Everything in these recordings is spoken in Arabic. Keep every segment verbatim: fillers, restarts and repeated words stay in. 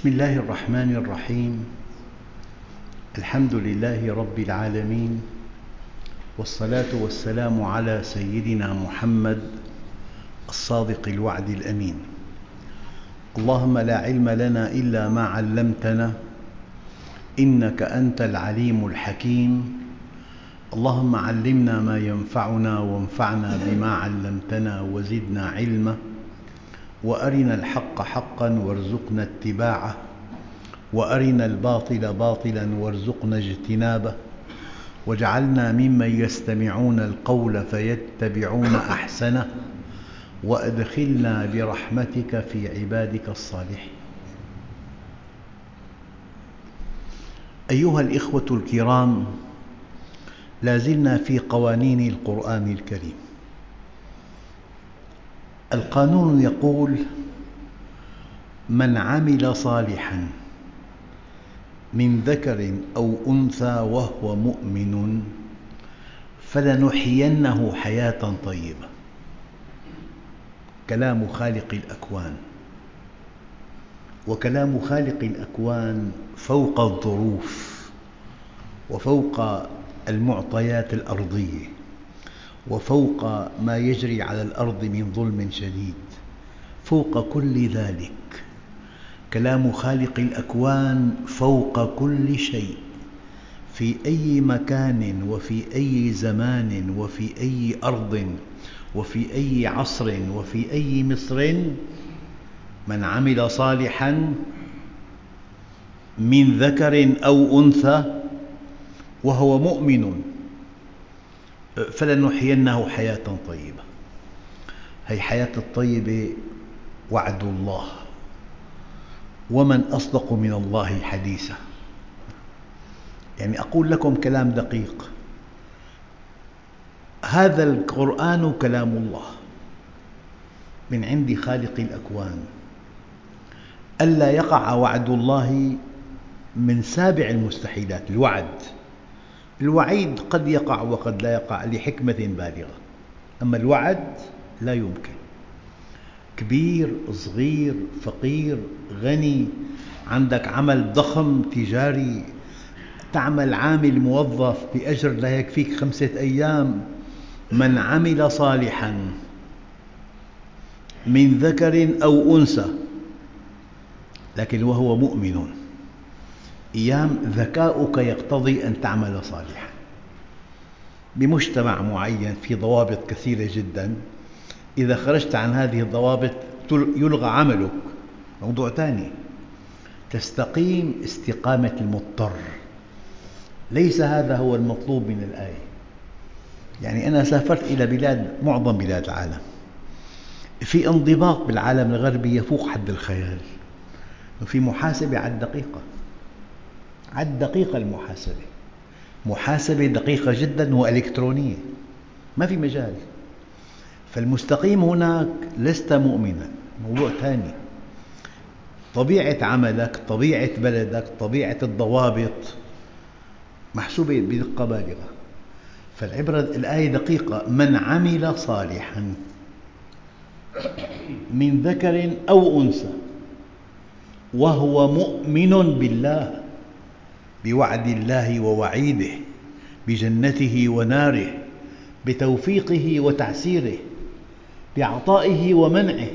بسم الله الرحمن الرحيم. الحمد لله رب العالمين، والصلاة والسلام على سيدنا محمد الصادق الوعد الأمين. اللهم لا علم لنا إلا ما علمتنا إنك أنت العليم الحكيم. اللهم علمنا ما ينفعنا وانفعنا بما علمتنا وزدنا علما، وأرنا الحق حقا وارزقنا اتباعه، وأرنا الباطل باطلا وارزقنا اجتنابه، واجعلنا ممن يستمعون القول فيتبعون أحسنه، وأدخلنا برحمتك في عبادك الصالحين. أيها الإخوة الكرام، لا زلنا في قوانين القرآن الكريم. القانون يقول: من عمل صالحاً من ذكر أو أنثى وهو مؤمن فلنحيينه حياة طيبة. كلام خالق الأكوان، وكلام خالق الأكوان فوق الظروف وفوق المعطيات الأرضية وفوق ما يجري على الأرض من ظلم شديد. فوق كل ذلك كلام خالق الأكوان فوق كل شيء، في أي مكان وفي أي زمان وفي أي أرض وفي أي عصر وفي أي مصر: من عمل صالحاً من ذكر أو أنثى وهو مؤمن فلنحيينه حياة طيبة. هذه الحياة الطيبة وعد الله، ومن أصدق من الله حديثا. يعني أقول لكم كلام دقيق: هذا القرآن كلام الله من عند خالق الأكوان. ألا يقع وعد الله من سابع المستحيلات. الوعد الوعيد قد يقع وقد لا يقع لحكمة بالغة، أما الوعد لا يمكن. كبير، صغير، فقير، غني، عندك عمل ضخم تجاري، تعمل عامل موظف بأجر لا يكفيك خمسة أيام: من عمل صالحاً من ذكر أو أنثى، لكن وهو مؤمن. أيام ذكاؤك يقتضي أن تعمل صالحاً. بمجتمع معين في ضوابط كثيرة جداً، إذا خرجت عن هذه الضوابط يلغى عملك، موضوع ثاني. تستقيم استقامة المضطر. ليس هذا هو المطلوب من الآية. يعني أنا سافرت إلى بلاد، معظم بلاد العالم، في انضباط بالعالم الغربي يفوق حد الخيال، وفي محاسبة على الدقيقة، على الدقيقة المحاسبة، محاسبة دقيقة جدا وإلكترونية، ما في مجال. فالمستقيم هناك لست مؤمنا، موضوع ثاني. طبيعة عملك، طبيعة بلدك، طبيعة الضوابط محسوبة بدقة بالغة. فالعبرة الآية دقيقة: من عمل صالحاً من ذكر أو أنثى وهو مؤمن بالله، بوعد الله ووعيده، بجنته وناره، بتوفيقه وتعسيره، بعطائه ومنعه.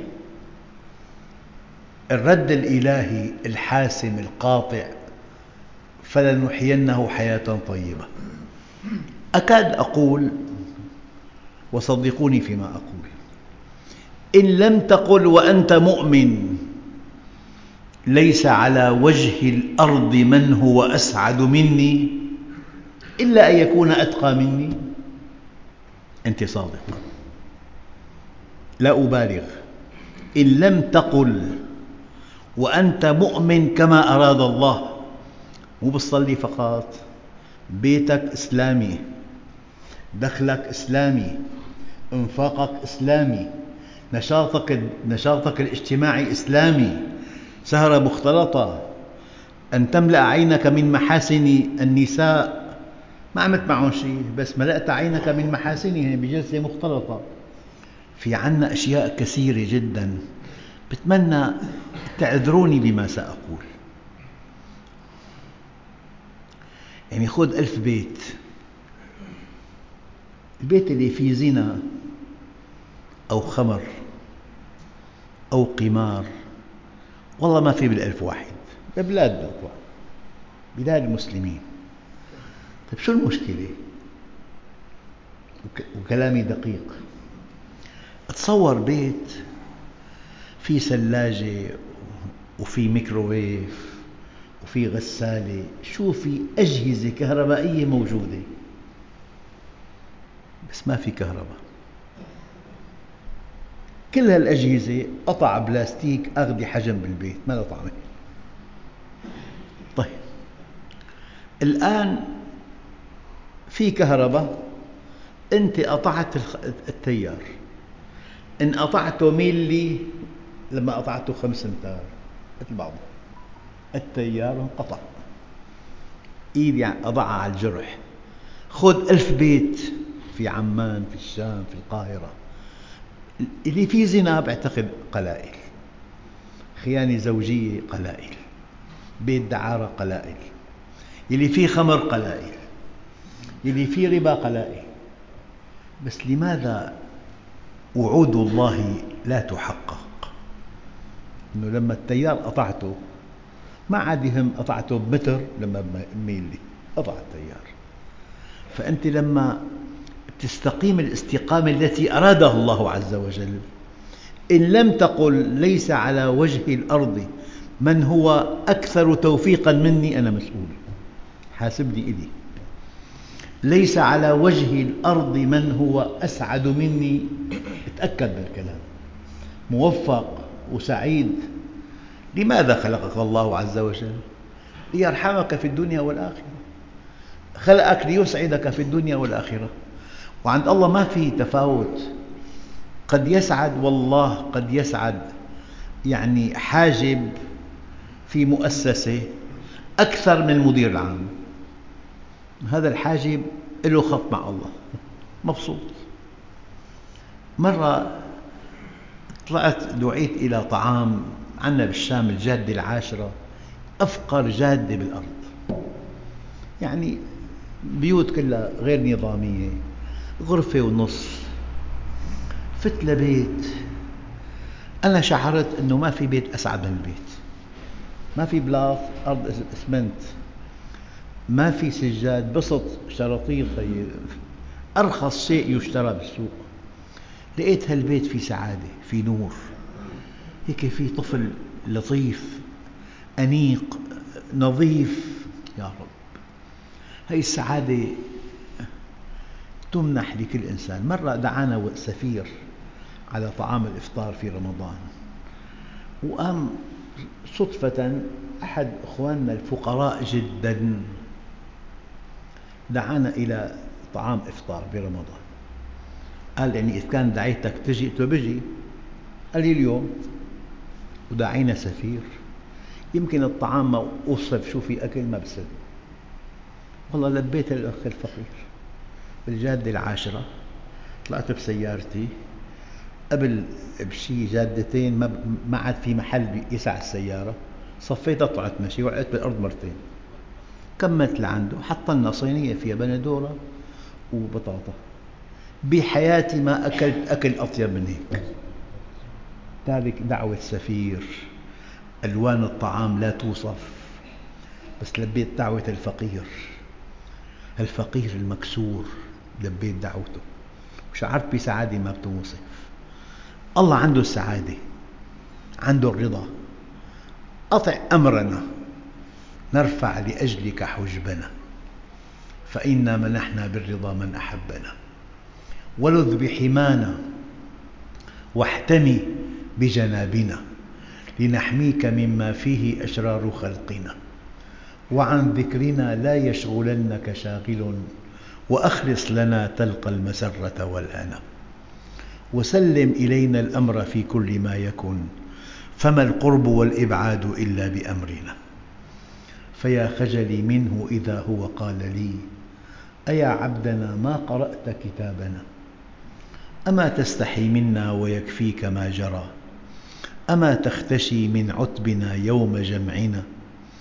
الرد الإلهي الحاسم القاطع: فلنحيينه حياة طيبة. أكاد أقول، وصدقوني فيما أقول، إن لم تقل وأنت مؤمن ليس على وجه الأرض من هو أسعد مني إلا أن يكون أتقى مني، أنت صادق، لا أبالغ. إن لم تقل وأنت مؤمن كما أراد الله، مو بتصلي فقط، بيتك إسلامي، دخلك إسلامي، انفاقك إسلامي، نشاطك, نشاطك الاجتماعي إسلامي، سهرة مختلطة، أن تملأ عينك من محاسن النساء، ما عملت معهم شيء بس ملأت عينك من محاسنهم بجلسة مختلطة. في عنا أشياء كثيرة جدا، بتمنى تعذروني بما سأقول. يعني خذ ألف بيت، البيت اللي فيه زنا أو خمر أو قمار والله ما في بالألف واحد، ببلادنا بلاد المسلمين. طيب شو المشكلة؟ وكلامي دقيق. تصور بيت في ثلاجة وفي ميكروويف وفي غسالة، شو في أجهزة كهربائية موجودة، بس ما في كهرباء. كل هالأجهزة قطع بلاستيك أخذ حجم بالبيت ما له طعمة. طيب الآن في كهرباء، أنت قطعت التيار، إن قطعته ميلي لما قطعته خمس أمتار مثل بعضه، التيار انقطع، إيدي أضعها على الجرح. خذ ألف بيت في عمان، في الشام، في القاهرة، اللي فيه زنا بعتقد قلائل، خيانة زوجية قلائل، بيت دعارة قلائل، اللي فيه خمر قلائل، اللي فيه ربا قلائل. بس لماذا وعود الله لا تحقق؟ إنه لما التيار قطعته ما عاد يهم قطعته بمتر لما بميلي، قطع التيار. فأنت لما تستقيم الاستقامة التي أرادها الله عز وجل، إن لم تقل ليس على وجه الأرض من هو أكثر توفيقا مني أنا مسؤول، حاسبني إلي. ليس على وجه الأرض من هو أسعد مني، اتأكد من الكلام، موفق وسعيد. لماذا خلقك الله عز وجل؟ ليرحمك في الدنيا والآخرة، خلقك ليسعدك في الدنيا والآخرة. وعند الله ما في تفاوت، قد يسعد والله قد يسعد يعني حاجب في مؤسسة أكثر من المدير العام، هذا الحاجب له خط مع الله مبسوط. مرة طلعت دعيت إلى طعام عندنا بالشام، الجادة العاشرة، أفقر جادة بالأرض، يعني بيوت كلها غير نظامية، غرفة ونصف. فت لبيت، أنا شعرت أنه ما في بيت أسعد من البيت، ما في بلاط، أرض إسمنت، ما في سجاد، بسط شراطيط، أرخص شيء يشترى بالسوق. لقيت هالبيت في سعادة، في نور، هيك في طفل لطيف أنيق نظيف. يا رب، هذه السعادة تمنح لكل إنسان. مرة دعانا سفير على طعام الإفطار في رمضان، وقام صدفة أحد أخواننا الفقراء جدا دعانا إلى طعام إفطار برمضان. قال يعني إذا كان دعيتك تجي؟ قلت له بجي. قال لي اليوم وداعينا سفير، يمكن الطعام ما أوصف شو في أكل ما بصدق. والله لبيت الأخ الفقير بالجادة العاشرة، طلعت بسيارتي، قبل بشي جادتين ما عاد في محل يسع السيارة، صفيتها طلعت مشي، وقعت بالأرض مرتين. كملت لعنده، حط لنا صينية فيها بندورة وبطاطا. بحياتي ما أكلت أكل أطيب من هيك. ذلك دعوة سفير، ألوان الطعام لا توصف، بس لبيت دعوة الفقير، الفقير المكسور لبيت دعوته، وشعرت بسعادة ما بتوصف. الله عنده السعادة، عنده الرضا. أطع أمرنا نرفع لأجلك حجبنا، فإنا منحنا بالرضا من أحبنا. ولذ بحمانا واحتمي بجنابنا، لنحميك مما فيه أشرار خلقنا. وعن ذكرنا لا يشغلنك شاغل، وأخلص لنا تلقى المسرة والهنا. وسلم إلينا الأمر في كل ما يكن، فما القرب والإبعاد إلا بأمرنا. فيا خجلي منه إذا هو قال لي: أيا عبدنا ما قرأت كتابنا؟ أما تستحي منا ويكفيك ما جرى؟ أما تختشي من عتبنا يوم جمعنا؟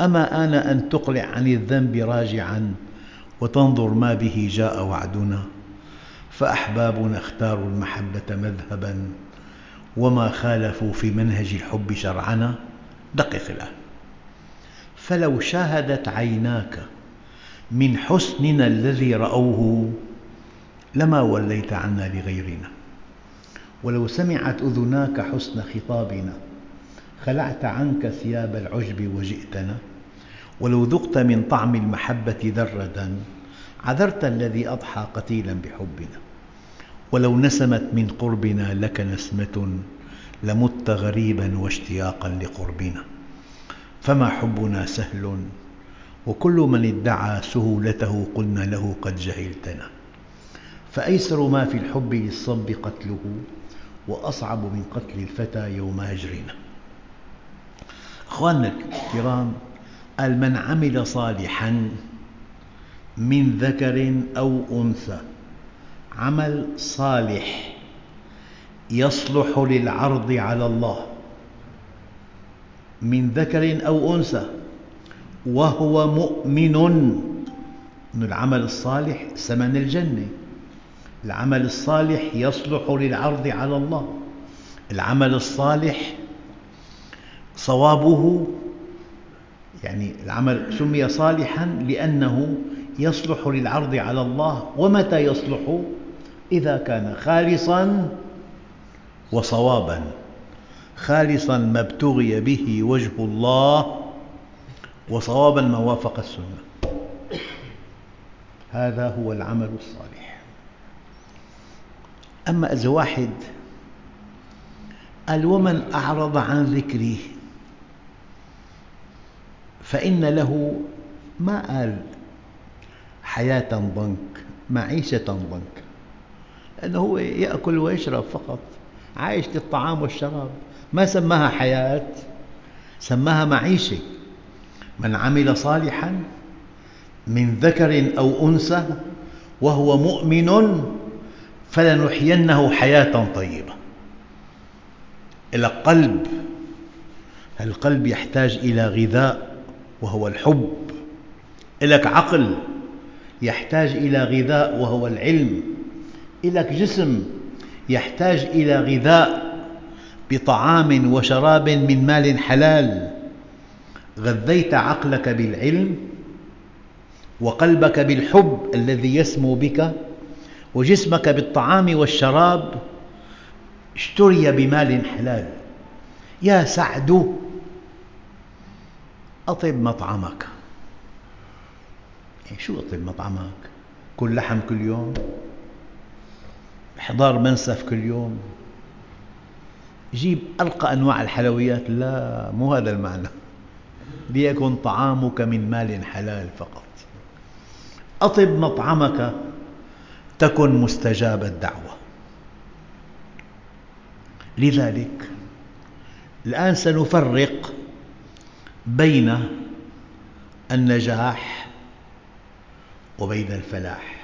أما آن أن تقلع عن الذنب راجعا وتنظر ما به جاء وعدنا، فأحبابنا اختاروا المحبة مذهبا وما خالفوا في منهج الحب شرعنا. دقق الآن: فلو شاهدت عيناك من حسننا الذي رأوه لما وليت عنا لغيرنا، ولو سمعت أذناك حسن خطابنا خلعت عنك ثياب العجب وجئتنا، ولو ذقت من طعم المحبة ذرة عذرت الذي أضحى قتيلا بحبنا، ولو نسمت من قربنا لك نسمة لمت غريبا واشتياقا لقربنا. فما حبنا سهل، وكل من ادعى سهولته قلنا له قد جهلتنا، فأيسر ما في الحب للصب قتله، وأصعب من قتل الفتى يوم هجرنا. أخواننا الكرام، قال: من عمل صالحا من ذكر أو أنثى، عمل صالح يصلح للعرض على الله، من ذكر أو أنثى وهو مؤمن. إن العمل الصالح ثمن الجنة، العمل الصالح يصلح للعرض على الله، العمل الصالح صوابه، يعني العمل سمي صالحا لأنه يصلح للعرض على الله. ومتى يصلح؟ إذا كان خالصا وصوابا، خالصا ما ابتغي به وجه الله، وصوابا ما وافق السنة. هذا هو العمل الصالح. أما إذا واحد قال: ومن أعرض عن ذكري فإن له، ما قال حياة ضنك، معيشة ضنك، لأنه هو يأكل ويشرب فقط، عايش للطعام والشراب، ما سماها حياة، سماها معيشة. من عمل صالحا من ذكر أو أنثى وهو مؤمن فلنحيينه حياة طيبة. القلب، القلب يحتاج إلى غذاء وهو الحب. لك عقل يحتاج إلى غذاء وهو العلم. لك جسم يحتاج إلى غذاء بطعام وشراب من مال حلال. غذيت عقلك بالعلم وقلبك بالحب الذي يسمو بك، وجسمك بالطعام والشراب اشتري بمال حلال. يا سعد، أطب مطعمك. يعني شو أطب مطعمك؟ كل لحم كل يوم، إحضار منسف كل يوم، جيب أرقى أنواع الحلويات؟ لا، مو هذا المعنى. ليكن طعامك من مال حلال فقط. أطب مطعمك تكن مستجاب الدعوة. لذلك الآن سنفرق بين النجاح وبين الفلاح.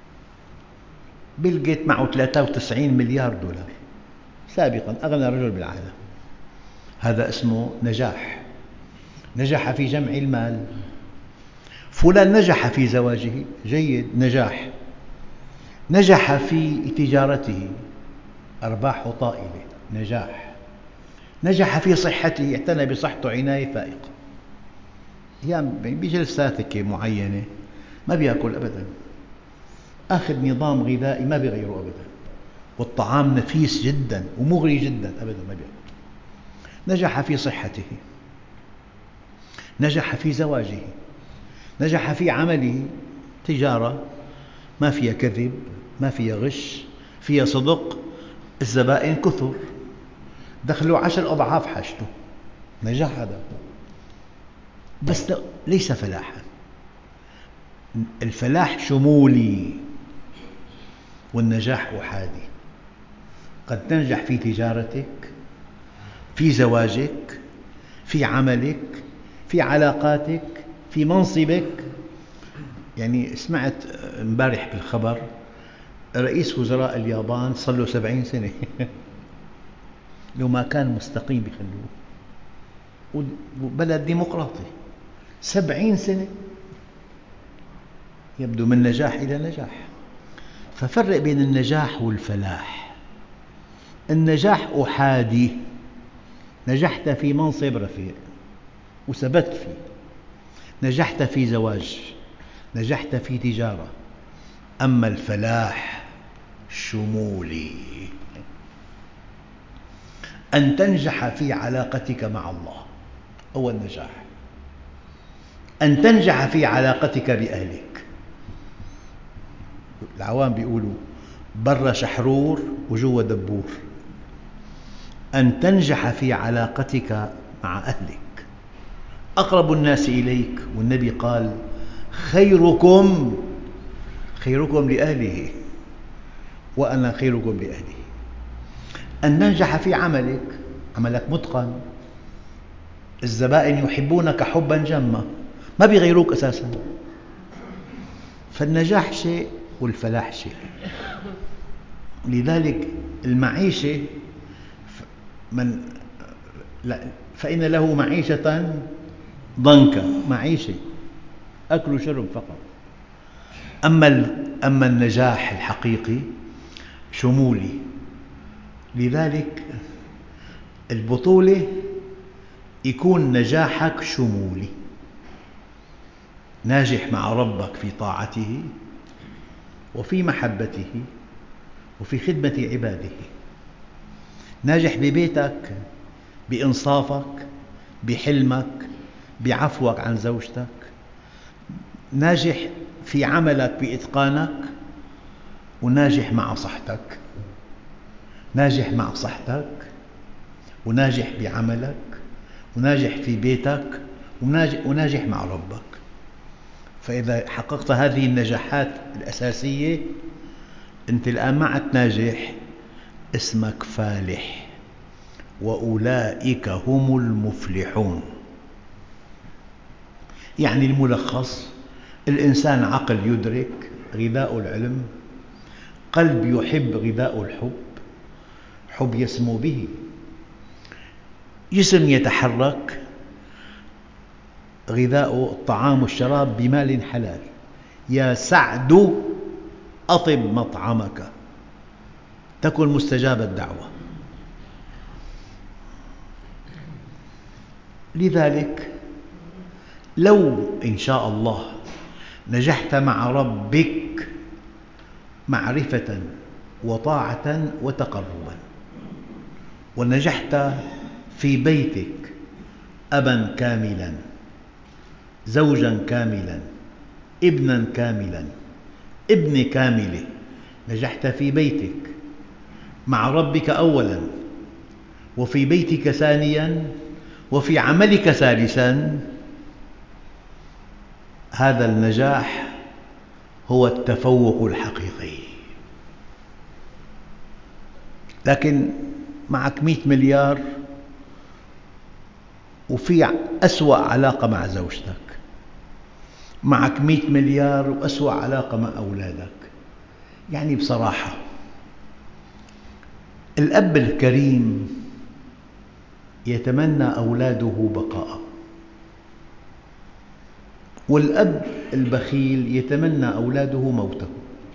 بيل غيتس معه ثلاثة وتسعين مليار دولار، سابقا أغنى رجل بالعالم. هذا اسمه نجاح، نجح في جمع المال. فلان نجح في زواجه، جيد، نجاح. نجح في تجارته، أرباحه طائلة، نجاح. نجح في صحته، اعتنى بصحته عناية فائقة. أيام بجلسات معينة ما بيأكل أبدا، أخذ نظام غذائي ما بيغيره أبدا، والطعام نفيس جدا ومغري جدا، أبدا ما بيأكل. نجح في صحته، نجح في زواجه، نجح في عمله، تجارة ما فيها كذب، ما فيها غش، فيها صدق، الزبائن كثر، دخلوا عشر أضعاف حاجته، نجاح هذا. بس ليس فلاحا. الفلاح شمولي والنجاح أحادي. قد تنجح في تجارتك، في زواجك، في عملك، في علاقاتك، في منصبك. يعني سمعت امبارح بالخبر رئيس وزراء اليابان صار له سبعين سنة لو ما كان مستقيم بيخلوه، وبلد ديمقراطي. سبعين سنة، يبدو من نجاح إلى نجاح. ففرق بين النجاح والفلاح. النجاح أحادي، نجحت في منصب رفيع وثبت فيه، نجحت في زواج، نجحت في تجارة. أما الفلاح شمولي، أن تنجح في علاقتك مع الله هو النجاح، أن تنجح في علاقتك بأهلك. العوام بيقولوا برا شحرور وجوا دبور. أن تنجح في علاقتك مع أهلك، أقرب الناس إليك، والنبي قال خيركم خيركم لأهله وأنا خيركم لأهلي. أن تنجح في عملك، عملك متقن، الزبائن يحبونك حبا جما، ما بيغيروك أساسا. فالنجاح شيء والفلاح شيء. لذلك المعيشة من فإن له معيشة ضنكا، معيشة أكل وشرب فقط. أما أما النجاح الحقيقي شمولي. لذلك البطولة يكون نجاحك شمولي، ناجح مع ربك في طاعته وفي محبته وفي خدمة عباده، ناجح ببيتك بإنصافك، بحلمك، بعفوك عن زوجتك، ناجح في عملك بإتقانك، وناجح مع صحتك، ناجح مع صحتك وناجح بعملك وناجح في بيتك وناجح مع ربك. فإذا حققت هذه النجاحات الأساسية أنت الآن ما عدت ناجح، اسمك فالح، وأولئك هم المفلحون. يعني الملخص: الإنسان عقل يدرك، غذاء العلم، قلب يحب، غذاء الحب، حب يسمو به، جسم يتحرك، غذاء الطعام والشراب بمال حلال. يا سعد أطب مطعمك تكن مستجاب الدعوة. لذلك لو إن شاء الله نجحت مع ربك معرفة وطاعة وتقربا، ونجحت في بيتك أبا كاملا، زوجا كاملا، ابنا كاملا، ابن كاملة، نجحت في بيتك مع ربك أولا، وفي بيتك ثانيا، وفي عملك ثالثا، هذا النجاح هو التفوق الحقيقي. لكن معك مئة مليار وفي أسوأ علاقة مع زوجتك، معك مئة مليار وأسوأ علاقة مع أولادك، يعني بصراحة الأب الكريم يتمنى أولاده بقاء، والأب البخيل يتمنى أولاده موته.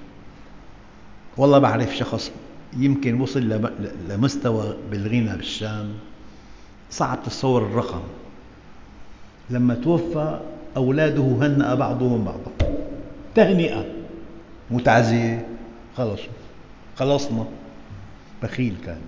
والله بعرف شخص يمكن وصل لمستوى بالغنى بالشام صعب تتصور الرقم، لما توفى أولاده هنأ بعضهم بعضا، تهنئة متعزية، خلص خلصنا. بخيل كان.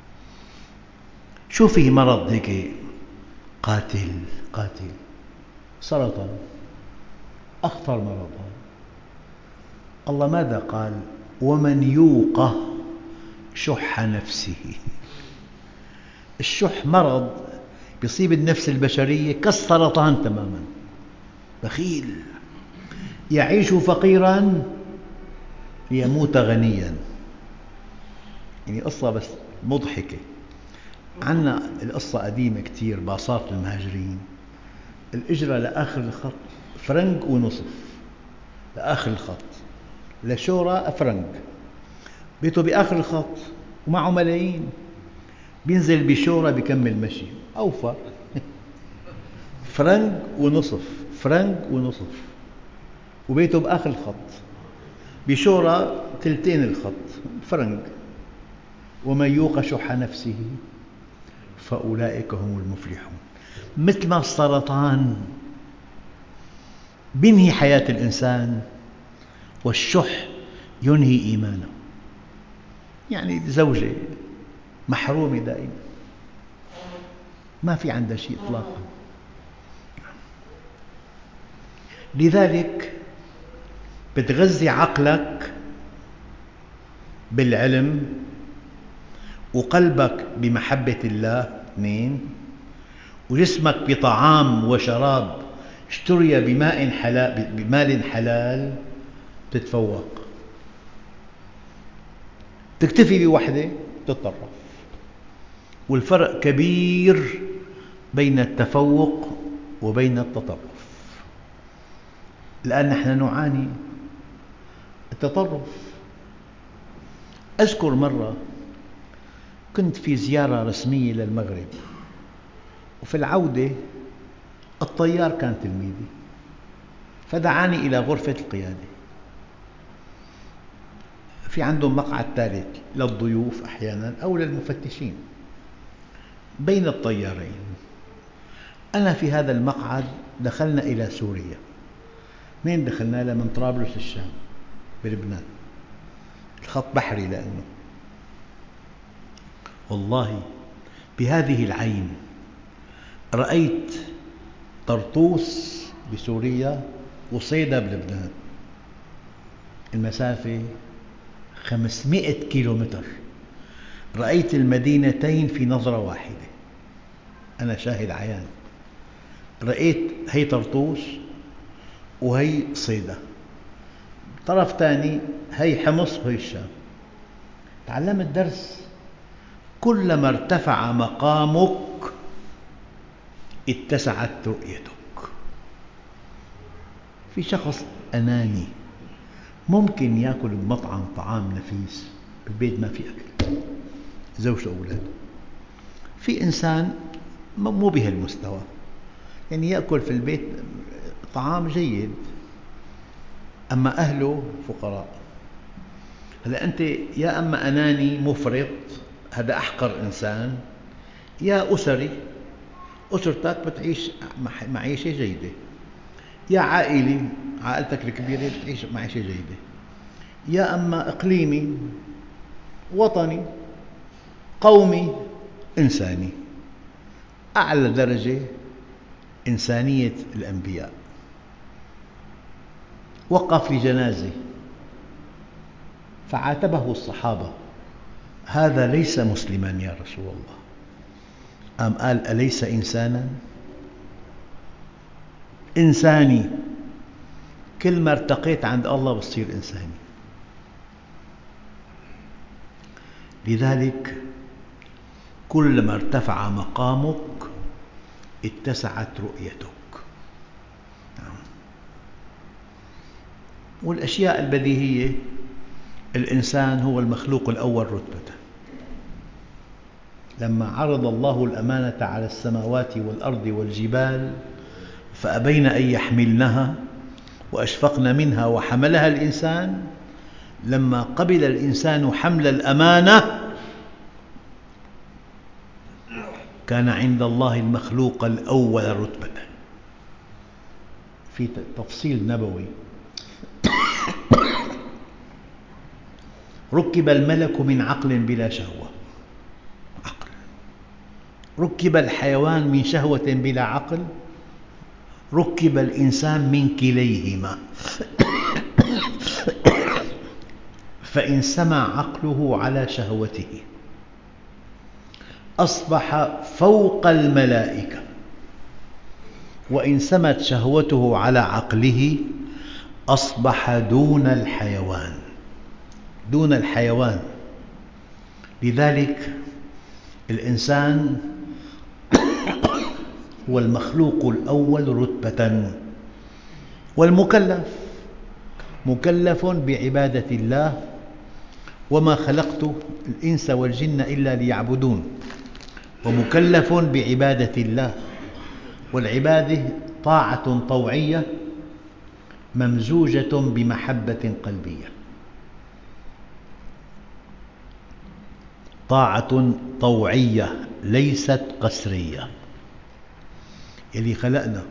شو في مرض هيك قاتل قاتل، سرطان، أخطر مرض. الله ماذا قال؟ ومن يوق شح نفسه. الشح مرض يصيب النفس البشرية كالسرطان تماما. بخيل يعيش فقيرا ليموت غنيا. يعني قصة بس مضحكة. عندنا القصة قديمة كتير، باصات المهاجرين، الإجرة لآخر الخط فرنك ونصف، لآخر الخط، لشورى فرنك، بيته بآخر الخط ومعه ملايين، بينزل بشورى بيكمل مشي، أوفر. فرنك ونصف، فرنك ونصف، وبيته بآخر الخط، بشورى ثلثين الخط فرنك. ومن يوق شح نفسه فأولئك هم المفلحون. مثل ما السرطان بينهي حياة الإنسان، والشح ينهي إيمانه. يعني زوجة محرومة دائما، ما في عندها شيء إطلاقا. لذلك بتغذي عقلك بالعلم، وقلبك بمحبة الله، اثنين، وجسمك بطعام وشراب اشتري بماء حلال بمال حلال، تتفوق. تكتفي بوحدة تتطرف. والفرق كبير بين التفوق وبين التطرف. الآن نحن نعاني التطرف. أذكر مرة كنت في زيارة رسمية للمغرب، وفي العودة الطيار كان تلميذي، فدعاني إلى غرفة القيادة. في عندهم مقعد ثالث للضيوف أحيانا أو للمفتشين بين الطيارين. أنا في هذا المقعد دخلنا إلى سوريا. منين دخلنا لها؟ من طرابلس الشام بلبنان، الخط بحري. لأنه والله بهذه العين رأيت طرطوس بسوريا وصيدا بلبنان، المسافة خمسمئة كيلومتر. رأيت المدينتين في نظرة واحدة، أنا شاهد عيان. رأيت هي طرطوس وهي صيدا، طرف ثاني هي حمص وهي الشام. تعلمت درس: كلما ارتفع مقامك اتسعت رؤيتك. في شخص أناني ممكن يأكل بمطعم طعام نفيس، بالبيت ما في أكل، زوجته وأولاده. في إنسان مو بهالمستوى، يعني يأكل في البيت طعام جيد، أما أهله فقراء. هذا أنت يا أما أناني مفرط، هذا أحقر إنسان، يا أسري، أسرتك بتعيش معيشة جيدة، يا عائلي، عائلتك الكبيرة بتعيش معيشة جيدة، يا أما إقليمي، وطني، قومي، إنساني. أعلى درجة إنسانية الأنبياء. وقف لجنازة فعاتبه الصحابة: هذا ليس مسلما يا رسول الله. قام قال: أليس إنسانا؟ إنساني. كل ما ارتقيت عند الله بتصير إنساني. لذلك كلما ارتفع مقامك اتسعت رؤيتك. والأشياء البديهية، الإنسان هو المخلوق الأول رتبة. لما عرض الله الأمانة على السماوات والأرض والجبال فأبين أن يحملنها وأشفقن منها وحملها الإنسان، لما قبل الإنسان حمل الأمانة كان عند الله المخلوق الأول رتبة. في تفصيل نبوي: ركب الملك من عقل بلا شهوة، عقل. ركب الحيوان من شهوة بلا عقل، ركب الإنسان من كليهما. فإن سمع عقله على شهوته أصبح فوق الملائكة، وإن سمت شهوته على عقله أصبح دون الحيوان، دون الحيوان. لذلك الإنسان هو المخلوق الأول رتبة. والمكلف مكلف بعبادة الله: وما خلقت الإنس والجن إلا ليعبدون. ومكلف بعبادة الله، والعبادة طاعة طوعية ممزوجة بمحبة قلبية. طاعة طوعية ليست قسرية. يلي خلقنا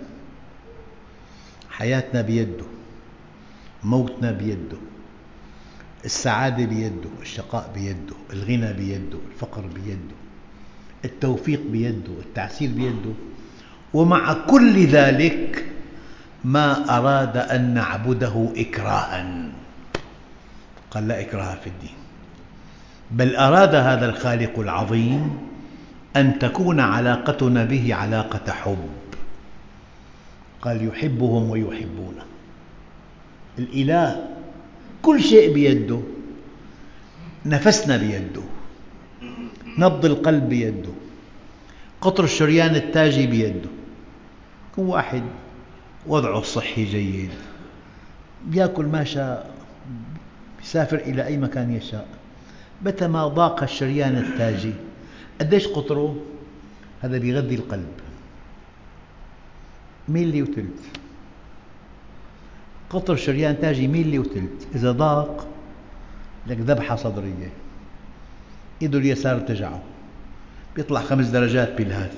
حياتنا بيده، موتنا بيده، السعادة بيده، الشقاء بيده، الغنى بيده، الفقر بيده، التوفيق بيده، التعسير بيده. ومع كل ذلك ما أراد أن نعبده إكراها، قال لا إكراه في الدين، بل أراد هذا الخالق العظيم أن تكون علاقتنا به علاقة حب. قال يحبهم ويحبونه. الإله كل شيء بيده، نفسنا بيده، نبض القلب بيده، قطر الشريان التاجي بيده. كل واحد وضعه الصحي جيد، يأكل ما شاء، يسافر إلى أي مكان يشاء. متى ما ضاق الشريان التاجي، قديش قطره؟ هذا بيغذي القلب ميلي وثلث. قطر الشريان التاجي ميلي وثلث، إذا ضاق لك ذبحة صدرية، إيده اليسار تجعه، بيطلع خمس درجات بالهات.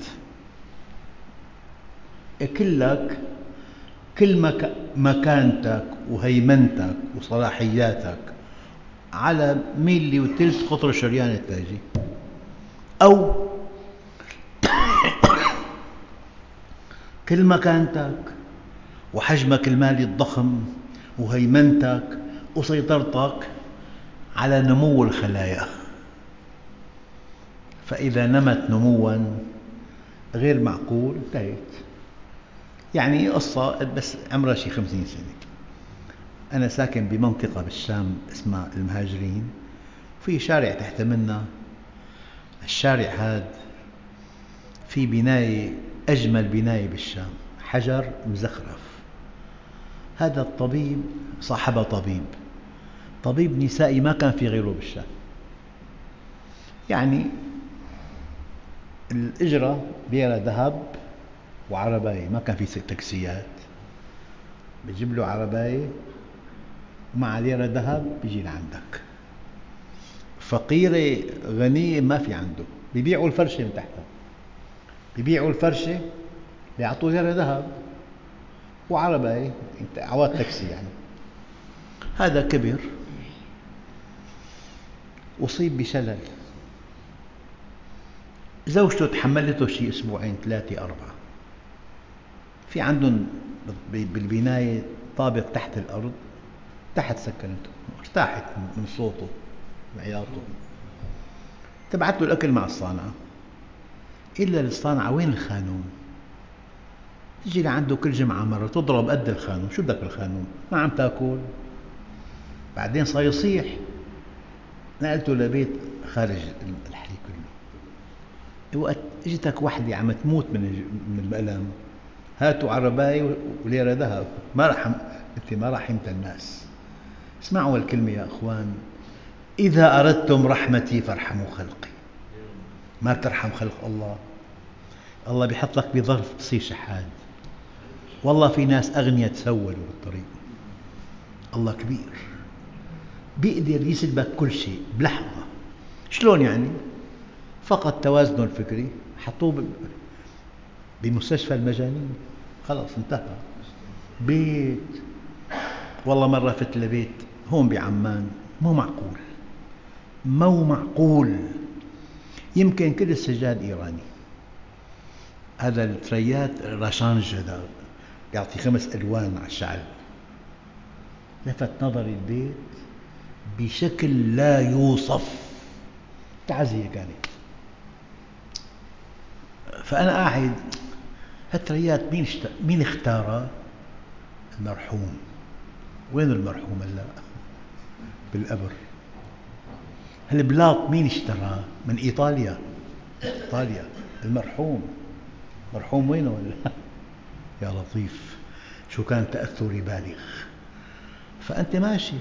كلك كل مك... مكانتك وهيمنتك وصلاحياتك على ميلي وثلث قطر الشريان التاجي، أو كل مكانتك وحجمك المالي الضخم وهيمنتك وسيطرتك على نمو الخلايا. فإذا نمت نمواً غير معقول انتهت. يعني قصة بس عمرها شي خمسين سنة. أنا ساكن بمنطقة بالشام اسمها المهاجرين، في شارع تحت منا. الشارع هذا في بناية أجمل بناية بالشام، حجر مزخرف. هذا الطبيب صاحبه طبيب طبيب نسائي ما كان في غيره بالشام. يعني الإجرة بيرة ذهب وعرباية، ما كان في تاكسيات، بيجيب له عرباية ومع ليرة ذهب بيجي لعندك. فقيرة غنية ما في عنده، بيبيعوا الفرشة من تحتها، بيبيعوا الفرشة بيعطوا ليرة ذهب وعرباية عواد تاكسي. يعني هذا كبر، أصيب بشلل، زوجته تحملته شيء أسبوعين ثلاثة أربعة. في عندهم بالبناية طابق تحت الأرض، تحت سكنته، ارتاحت من صوته وعياطه. تبعت له الأكل مع الصانعة، إلا الصانعة وين الخانوم؟ تجي لعنده كل جمعة مرة تضرب قد الخانوم. شو بدك بالخانوم؟ ما عم تاكل. بعدين صار يصيح. نقلته لبيت خارج الحي كله. وقت اجتك وحدة عم تموت من الألم، هاتوا عرباية وليرة ذهب. ما رحم أنت، ما رحمت الناس. اسمعوا الكلمة يا أخوان: إذا أردتم رحمتي فارحموا خلقي. ما بترحم خلق الله، الله بيحط لك بظرف تصير شحاد. والله في ناس أغنياء تسولوا بالطريق. الله كبير، بيقدر يسلبك كل شيء بلحظة. شلون يعني؟ فقط توازنه الفكري، حطوه بمستشفى المجانين، خلاص انتهى. بيت، والله مرة فت لبيت هون بعمان، مو معقول مو معقول يمكن كل السجاد إيراني. هذا التريات راشانج، هذا يعطي خمس ألوان على الشعل. لفت نظري البيت بشكل لا يوصف، تعزية كانت. فأنا قاعد، هالتريات مين, اشت... مين اختارها؟ المرحوم. وين المرحوم هلا؟ بالقبر. هالبلاط مين اشتراه؟ من إيطاليا. إيطاليا. المرحوم. مرحوم وينه ولا؟ يا لطيف، شو كان تأثري بالغ. فأنت ماشي.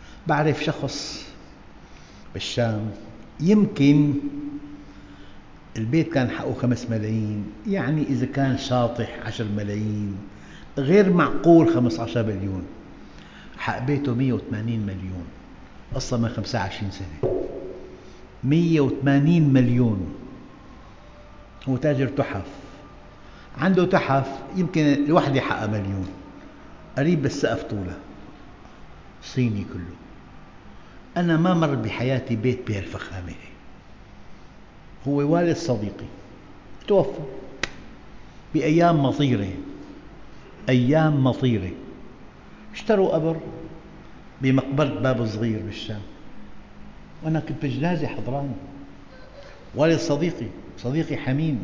بعرف شخص بالشام يمكن البيت كان حقه خمس ملايين، يعني إذا كان شاطح عشر ملايين، غير معقول خمسة عشر مليون. حق بيته مئة وثمانين مليون، قصة من خمسة وعشرين سنة. مئة وثمانين مليون. هو تاجر تحف، عنده تحف يمكن الوحدة حقها مليون، قريب بالسقف طولها، صيني كله. أنا ما مر بحياتي بيت بهالفخامة. هو والد صديقي توفى بأيام مطيرة، أيام مطيرة. اشتروا قبر بمقبرة باب صغير بالشام، وأنا كنت بجنازة حضراني، والد صديقي، صديقي حميم.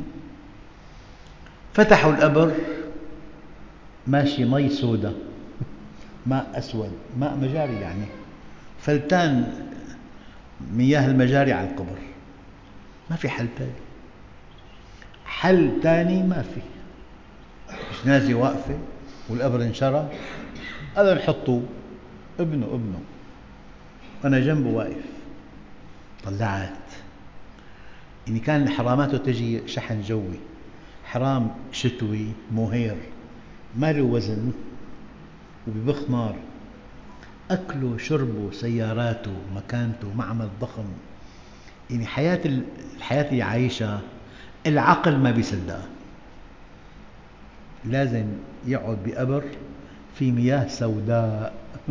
فتحوا القبر، ماشي مي سوداء، ماء أسود، ماء مجاري، يعني فلتان مياه المجاري على القبر. ما في حل ثاني، حل ثاني ما في. جنازة واقفة والقبر انشرى، قالوا نحطوه، ابنه ابنه أنا جنبه واقف. طلعت، يعني كان حراماته تجي شحن جوي، حرام شتوي مهير، ما له وزن وبيبخ نار. أكله شربه سياراته مكانته معمل ضخم. يعني حياة الحياة اللي عايشها العقل ما بيصدقها. لازم يقعد بقبر في مياه سوداء.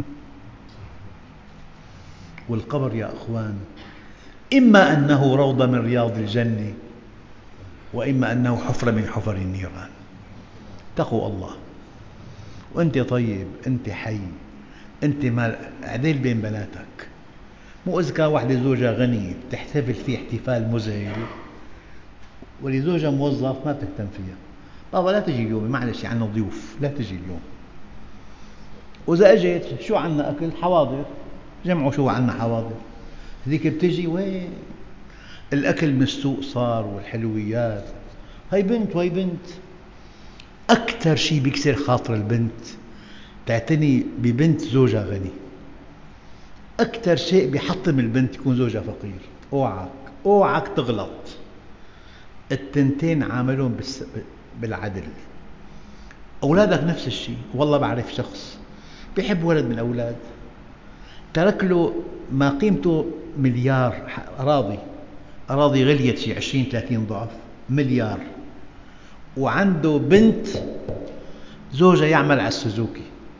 والقبر يا أخوان إما أنه روضة من رياض الجنة، وإما أنه حفرة من حفر النيران. اتقوا الله. وأنت طيب، أنت حي، أنت مال، عدل بين بناتك. مو إذا كان واحدة زوجها غني تحتفل فيه احتفال مذهل، ولزوجها موظف ما تهتم فيها. بابا لا تجي اليوم، معلش عنا ضيوف، لا تجي اليوم. وإذا أجت شو عنا أكل؟ حواضر، جمعوا شو عنا حواضر. هذيك بتجي وين؟ الأكل من السوق صار والحلويات. هاي بنت وهي بنت. أكثر شيء بيكسر خاطر البنت تعتني ببنت زوجها غني. أكثر شيء بيحطم البنت يكون زوجها فقير. اوعك اوعك تغلط. التنتين عاملهم بالعدل. أولادك نفس الشيء. والله بعرف شخص بيحب ولد من الأولاد، ترك له ما قيمته مليار أراضي، أراضي غليت شيء عشرين ثلاثين ضعف، مليار. وعنده بنت زوجها يعمل على السوزوكي.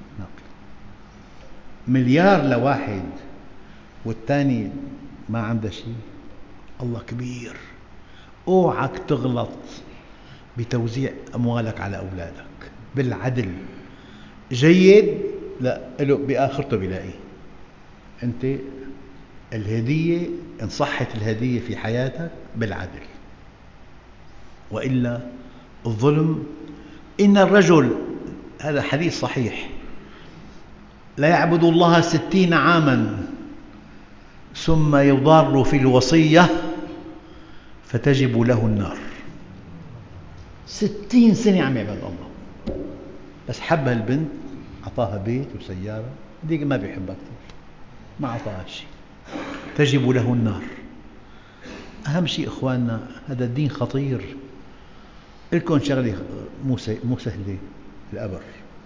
مليار لواحد والثاني ما عنده شيء. الله كبير. اوعك تغلط بتوزيع أموالك على أولادك بالعدل. جيد؟ لا، له بآخرته بيلاقيه. أنت الهدية إن صحت الهدية في حياتك بالعدل، وإلا الظلم. إن الرجل، هذا حديث صحيح، لا يعبد الله ستين عاما ثم يضار في الوصية فتجب له النار. ستين سنة عم يعبد الله، بس حبها البنت، أعطاها بيت وسيارة، هذيك ما بيحبها كثير، ما أعطاها شيء، تجب له النار. أهم شيء إخواننا، هذا الدين خطير. لكم شغلة مو سهلة. القبر،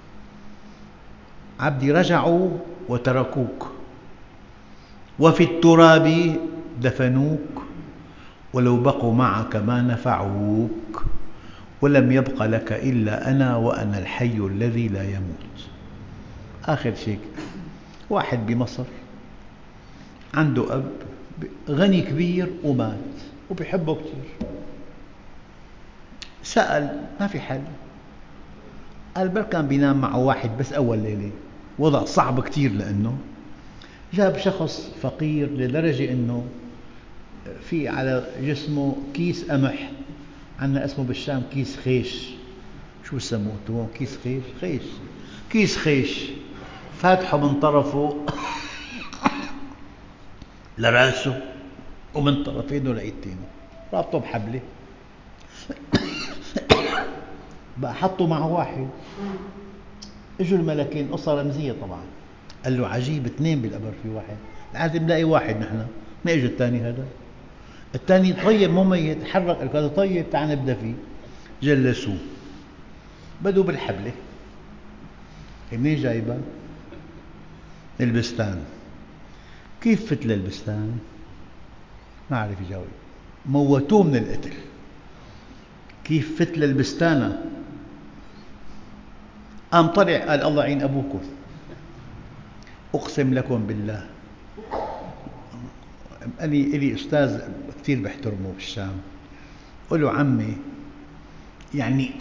عبدي رجعوا وتركوك، وفي التراب دفنوك، ولو بقوا معك ما نفعوك، ولم يبق لك إلا أنا وأنا الحي الذي لا يموت. آخر شيء، واحد بمصر عنده أب غني كبير ومات وبيحبه كثير. سأل، ما في حل. قال بل كان بينام معه واحد بس أول ليلة. وضع صعب كثير، لأنه جاب شخص فقير لدرجة أنه في على جسمه كيس قمح، عندنا اسمه بالشام كيس خيش. شو سموه؟ كيس خيش، خيش كيس خيش، فاتحه من طرفه لراسه ومن طرفينه لإيدتينه، رابطه بحبلة. بقى حطوا معه واحد، اجوا الملكين، قصة رمزية طبعا. قال له عجيب، اثنين بالقبر في واحد، لازم نلاقي واحد نحن، ما اجى الثاني هذا. الثاني طيب مو ميت، حرك هذا طيب تعال نبدأ فيه. جلسوه، بدوا بالحبلة. منين جايبها؟ من البستان. كيف فت للبستان؟ ما عرف يجاوب. موتوه من القتل. كيف فت للبستانة؟ قام طلع قال الله يعين أبوكم، أقسم لكم بالله. أني إلي أستاذ كثير بحترمه بالشام، قل له عمي يعني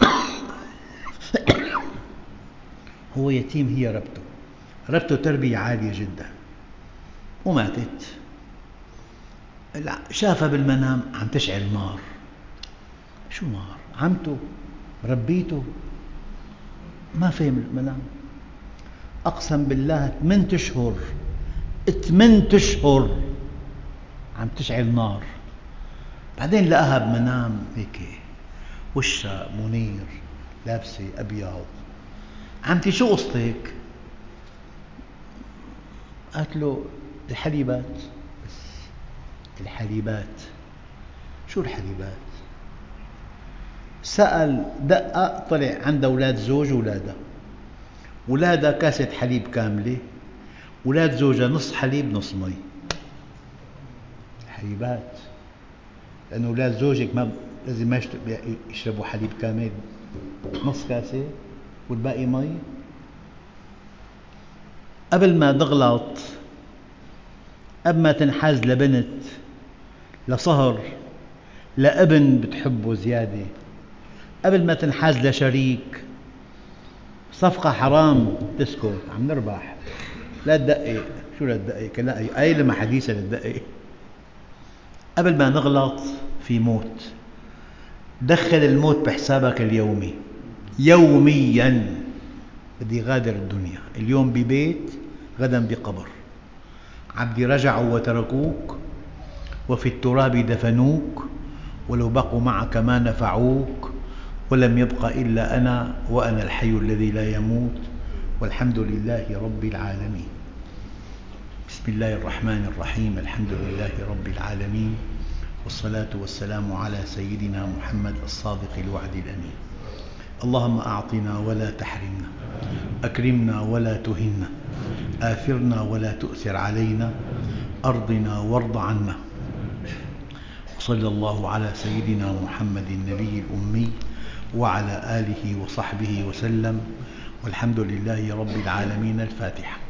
هو يتيم، هي ربته ربته تربية عالية جدا، وماتت. شافها بالمنام عم تشعل نار. شو نار؟ عمته ربيته ما فهم المنام. أقسم بالله ثمانية أشهر ثمانية أشهر عم تشعل نار. بعدين لقاها بمنام هيك وشها منير، لابسة أبيض. عمتي شو قصتك؟ قالت له الحليبات. بس الحليبات؟ شو الحليبات؟ سأل دقق، طلع عندها أولاد زوج وولادها. أولادها كاسة حليب كاملة، أولاد زوجها نص حليب نص مي. حليبات، لأن أولاد زوجك ما لازم ما يشربوا حليب كامل، نص كاسة والباقي مي. قبل ما تغلط، قبل ما تنحاز لبنت، لصهر، لابن بتحبه زيادة، قبل ما تنحاز لشريك، صفقة حرام، تسكت عم نربح. لا تدقق. شو لا تدقق؟ لا، أي لما حديثة لا تدقق. قبل ما نغلط في موت. دخل الموت بحسابك اليومي، يومياً. بدي غادر الدنيا اليوم ببيت، غدا بقبر. عبدي رجعوا وتركوك، وفي التراب دفنوك، ولو بقوا معك ما نفعوك، ولم يبق إلا أنا، وأنا الحي الذي لا يموت، والحمد لله رب العالمين. بسم الله الرحمن الرحيم. الحمد لله رب العالمين، والصلاة والسلام على سيدنا محمد الصادق الوعد الأمين. اللهم أعطنا ولا تحرمنا، أكرمنا ولا تهنا، آثرنا ولا تؤثر علينا، أرضنا وارض عنا. وصلى الله على سيدنا محمد النبي الأمي وعلى آله وصحبه وسلم، والحمد لله رب العالمين. الفاتحة.